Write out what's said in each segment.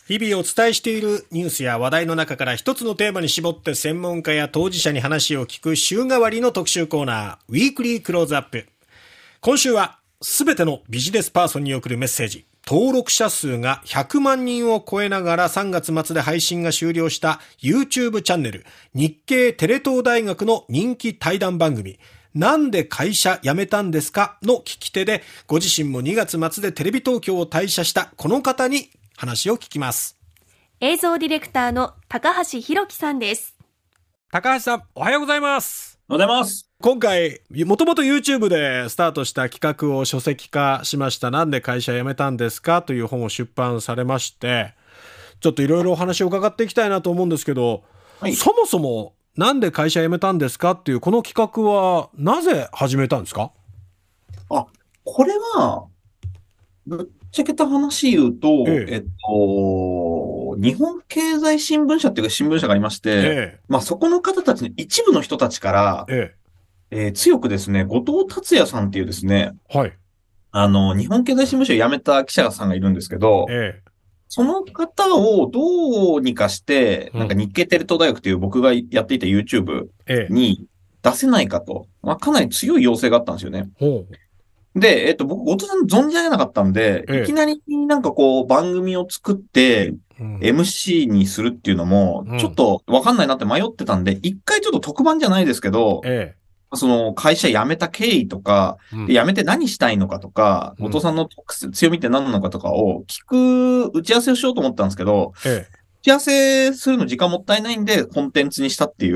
日々お伝えしているニュースや話題の中から一つのテーマに絞って専門家や当事者に話を聞く週替わりの特集コーナー、ウィークリークローズアップ。今週はすべてのビジネスパーソンに送るメッセージ。登録者数が100万人を超えながら3月末で配信が終了した YouTube チャンネル、日経テレ東大学の人気対談番組、なんで会社辞めたんですかの聞き手で、ご自身も2月末でテレビ東京を退社したこの方に話を聞きます。 映像ディレクターの高橋弘樹さんです。 高橋さん、おはようございます。 おはようございます。 今回もともと YouTube でスタートした企画を書籍化しました。なんで会社辞めたんですかという本を出版されまして、ちょっといろいろお話を伺っていきたいなと思うんですけど、はい、そもそもなんで会社辞めたんですかっていうこの企画はなぜ始めたんですか？ これはぶっちゃけた話言うと、日本経済新聞社っていう新聞社がありまして、そこの方たちの一部の人たちから、強くですね、後藤達也さんっていうですね、 はい、 日本経済新聞社を辞めた記者さんがいるんですけど、その方をどうにかして、なんか日経テレ東大学っていう僕がやっていた YouTube に出せないかと、かなり強い要請があったんですよね。で、僕、後藤さん存じ上げなかったんで、いきなりなんかこう番組を作って、MC にするっていうのも、ちょっとわかんないなって迷ってたんで、一回ちょっと特番じゃないですけど、その会社辞めた経緯とか、辞めて何したいのかとか、後藤さんの強みって何なのかとかを聞く打ち合わせをしようと思ったんですけど、打ち合わせするの時間もったいないんで、コンテンツにしたっていう。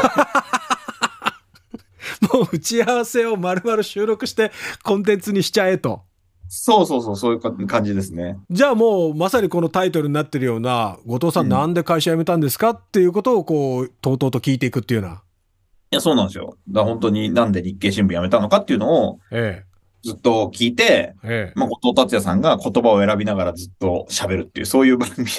もう打ち合わせを丸々収録してコンテンツにしちゃえと。 そういう感じですね。 じゃあもうまさにこのタイトルになってるような、後藤さんなんで会社辞めたんですかっていうことをこう、とうとうと聞いていくっていうような。 いや、そうなんですよ。だから本当になんで日経新聞辞めたのかっていうのを、ずっと聞いて、後藤達也さんが言葉を選びながらずっと喋るっていう、そういう番組。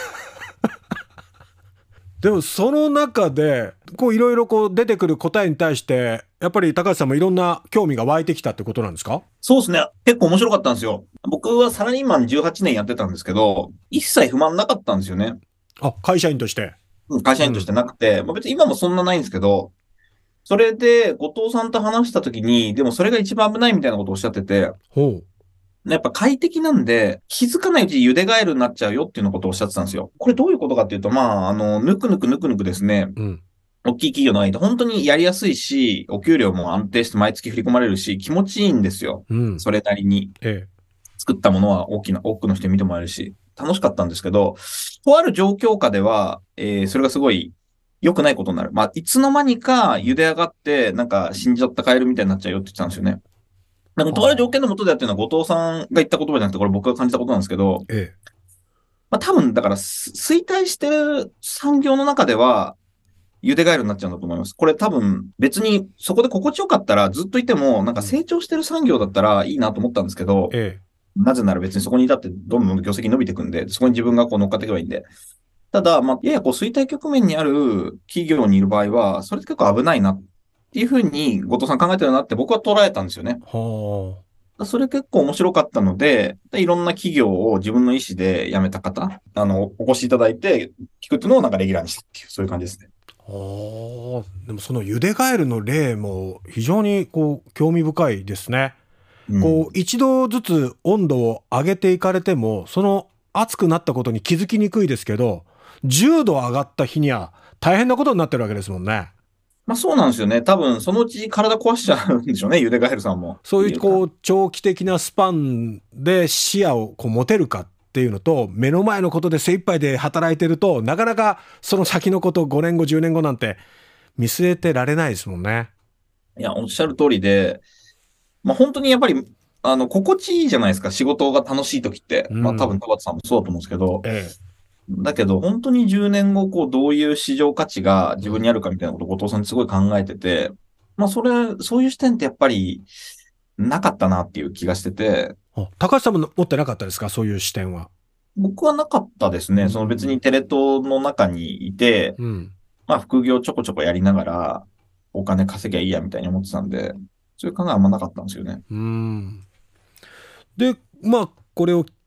でもその中でこういろいろこう出てくる答えに対してやっぱり高橋さんもいろんな興味が湧いてきたってことなんですか？ そうですね。結構面白かったんですよ。僕はサラリーマン18年やってたんですけど、一切不満なかったんですよね。 会社員として。 会社員としてなくて、別に今もそんなないんですけど、それで後藤さんと話した時に、でもそれが一番危ないみたいなことをおっしゃってて、やっぱ快適なんで、気づかないうちに茹でガエルになっちゃうよっていうのことをおっしゃってたんですよ。これどういうことかっていうと、ぬくぬくですね、大きい企業の間、本当にやりやすいし、お給料も安定して毎月振り込まれるし、気持ちいいんですよ。それなりに。作ったものは多くの人に見てもらえるし、楽しかったんですけど、とある状況下では、それがすごい良くないことになる。いつの間にか茹で上がって、なんか死んじゃったカエルみたいになっちゃうよって言ってたんですよね。とある条件のもとでやってるのは後藤さんが言った言葉じゃなくて、これ僕が感じたことなんですけど、多分だから衰退してる産業の中では、茹でガエルになっちゃうんだと思います。これ多分別にそこで心地よかったらずっといても、なんか成長してる産業だったらいいなと思ったんですけど、なぜなら別にそこにいたってどんどん業績伸びていくんで、そこに自分がこう乗っかっていけばいいんで。ただ、ややこう衰退局面にある企業にいる場合は、それって結構危ないなっていうふうに後藤さん考えてるなって僕は捉えたんですよね。それ結構面白かったので、いろんな企業を自分の意思で辞めた方、お越しいただいて聞くっていうのをなんかレギュラーにしたっていう、そういう感じですね。 でもその茹でガエルの例も非常にこう興味深いですね。こう一度ずつ温度を上げていかれても、その熱くなったことに気づきにくいですけど、10度上がった日には大変なことになってるわけですもんね。 そうなんですよね。多分そのうち体壊しちゃうんでしょうね、茹でガエルさんも。 そういうこう長期的なスパンで視野をこう持てるかっていうのと、目の前のことで精一杯で働いてると、なかなかその先のこと5年後10年後なんて見据えてられないですもんね。 いや、おっしゃる通りで、本当にやっぱり心地いいじゃないですか、仕事が楽しい時って。多分田畑さんもそうだと思うんですけど、だけど本当に10年後こうどういう市場価値が自分にあるかみたいなことを後藤さんすごい考えてて、そういう視点ってやっぱりなかったなっていう気がしてて。 高橋さんも持ってなかったですか、そういう視点は？ 僕はなかったですね。その別にテレ東の中にいて、副業ちょこちょこやりながらお金稼ぎゃいいやみたいに思ってたんで、そういう考えはあんまなかったんですよね。 で、これを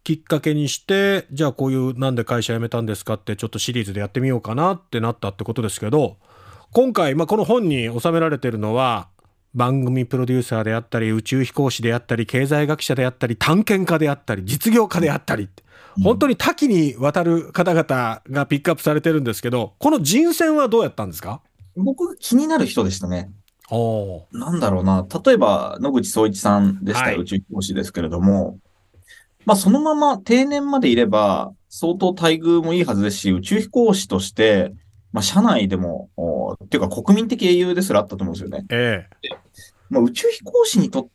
きっかけにして、じゃあこういうなんで会社辞めたんですかってちょっとシリーズでやってみようかなってなったってことですけど、今回、この本に収められているのは、番組プロデューサーであったり、宇宙飛行士であったり、経済学者であったり、探検家であったり、実業家であったり、本当に多岐にわたる方々がピックアップされてるんですけど、この人選はどうやったんですか？ 僕が気になる人でしたね。 おなんだろうな。例えば、野口聡一さんでしたら、 はい宇宙飛行士ですけれども、そのまま定年までいれば、相当待遇もいいはずですし、宇宙飛行士として、社内でも、っていうか国民的英雄ですらあったと思うんですよね。 え宇宙飛行士にとって、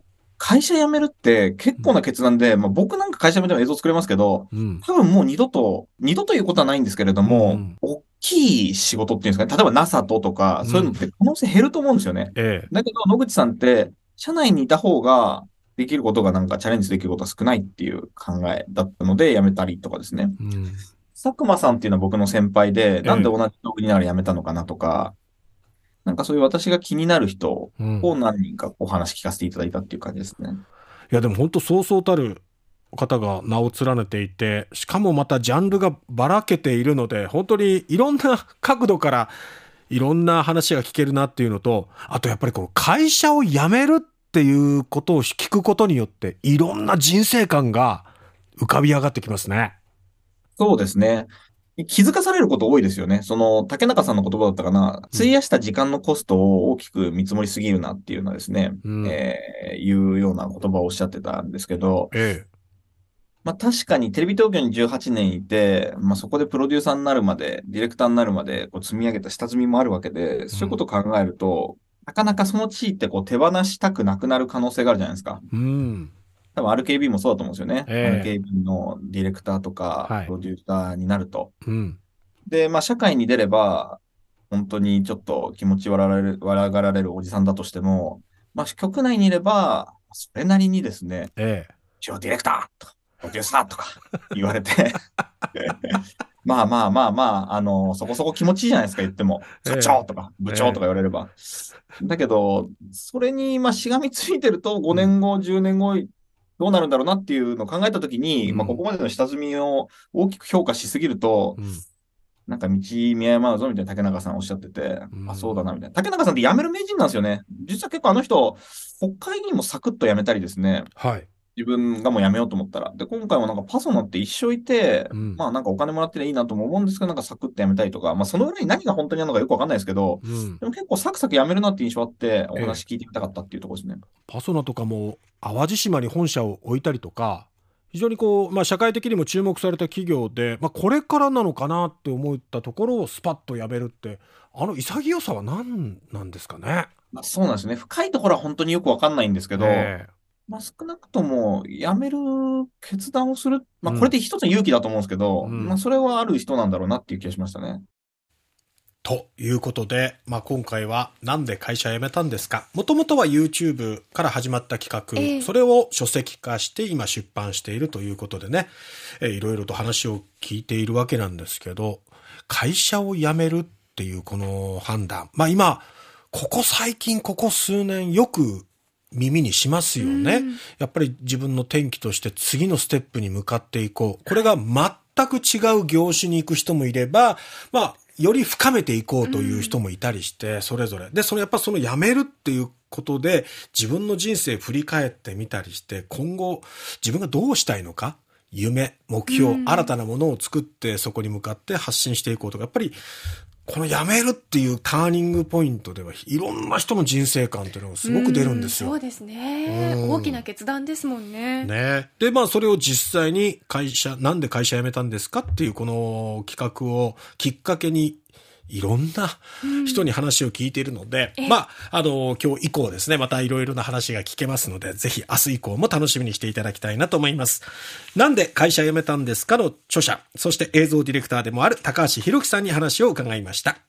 会社辞めるって結構な決断で、僕なんか会社辞めても映像作れますけど、多分もう二度ということはないんですけれども、大きい仕事っていうんですかね、例えば NASA とか、そういうのって可能性減ると思うんですよね。だけど、野口さんって、社内にいた方が、できることがチャレンジできることが少ないっていう考えだったので、辞めたりとかですね。佐久間さんっていうのは僕の先輩で、なんで同じ職にながら辞めたのかなとか、そういう私が気になる人を何人かお話聞かせていただいたっていう感じですね。 いやでも本当そうそうたる方が名を連ねていて、しかもまたジャンルがばらけているので、本当にいろんな角度からいろんな話が聞けるなっていうのと、あとやっぱりこの会社を辞めるっていうことを聞くことによっていろんな人生観が浮かび上がってきますね。 そうですね。気づかされること多いですよね。竹中さんの言葉だったかな。費やした時間のコストを大きく見積もりすぎるなっていうのはですね、いうような言葉をおっしゃってたんですけど、確かにテレビ東京に18年いて、そこでプロデューサーになるまで、ディレクターになるまで積み上げた下積みもあるわけで、そういうことを考えると、なかなかその地位って手放したくなくなる可能性があるじゃないですか。多分 RKB もそうだと思うんですよね。RKB のディレクターとか、プロデューサーになると。で、社会に出れば、本当にちょっと気持ち笑がられるおじさんだとしても、局内にいれば、それなりにですね、一応ディレクターとか、プロデューサーとか言われてそこそこ気持ちいいじゃないですか、言っても。課長とか、部長とか言われれば。だけど、それに、しがみついてると、5年後、10年後、どうなるんだろうなっていうのを考えたときに、ここまでの下積みを大きく評価しすぎると、道見誤うぞみたいな竹中さんおっしゃってて、そうだなみたいな。竹中さんって辞める名人なんですよね。実は結構あの人、国会議員もサクッと辞めたりですね。自分がもう辞めようと思ったら。で、今回もパソナって一生いて、お金もらってりゃいいなとも思うんですけど、サクッと辞めたりとか、その裏に何が本当にあるのかよくわかんないですけど、でも結構サクサク辞めるなって印象あって、お話聞いてみたかったっていうところですね。 パソナとかも淡路島に本社を置いたりとか、非常に社会的にも注目された企業で、これからなのかなって思ったところをスパッと辞めるって、あの潔さは何なんですかね。 そうなんですね。深いところは本当によくわかんないんですけど、少なくとも辞める決断をする、これって一つの勇気だと思うんですけど、それはある人なんだろうなっていう気がしましたね。 ということで、今回はなんで会社辞めたんですか。もともとは YouTube から始まった企画、それを書籍化して今出版しているということでね、いろいろと話を聞いているわけなんですけど、会社を辞めるっていうこの判断、今ここ最近ここ数年よく耳にしますよね。やっぱり自分の転機として次のステップに向かっていこう。これが全く違う業種に行く人もいれば、より深めていこうという人もいたりして、それぞれ。で、やっぱその辞めるっていうことで、自分の人生振り返ってみたりして、今後、自分がどうしたいのか、夢、目標、新たなものを作って、そこに向かって発信していこうとか、やっぱり、この辞めるっていうターニングポイントではいろんな人の人生観っていうのがすごく出るんですよ。 そうですね。大きな決断ですもんね。 で、それを実際になんで会社辞めたんですかっていうこの企画をきっかけにいろんな人に話を聞いているので、今日以降ですね、またいろいろな話が聞けますので、ぜひ明日以降も楽しみにしていただきたいなと思います。なんで会社辞めたんですかの著者、そして映像ディレクターでもある高橋弘樹さんに話を伺いました。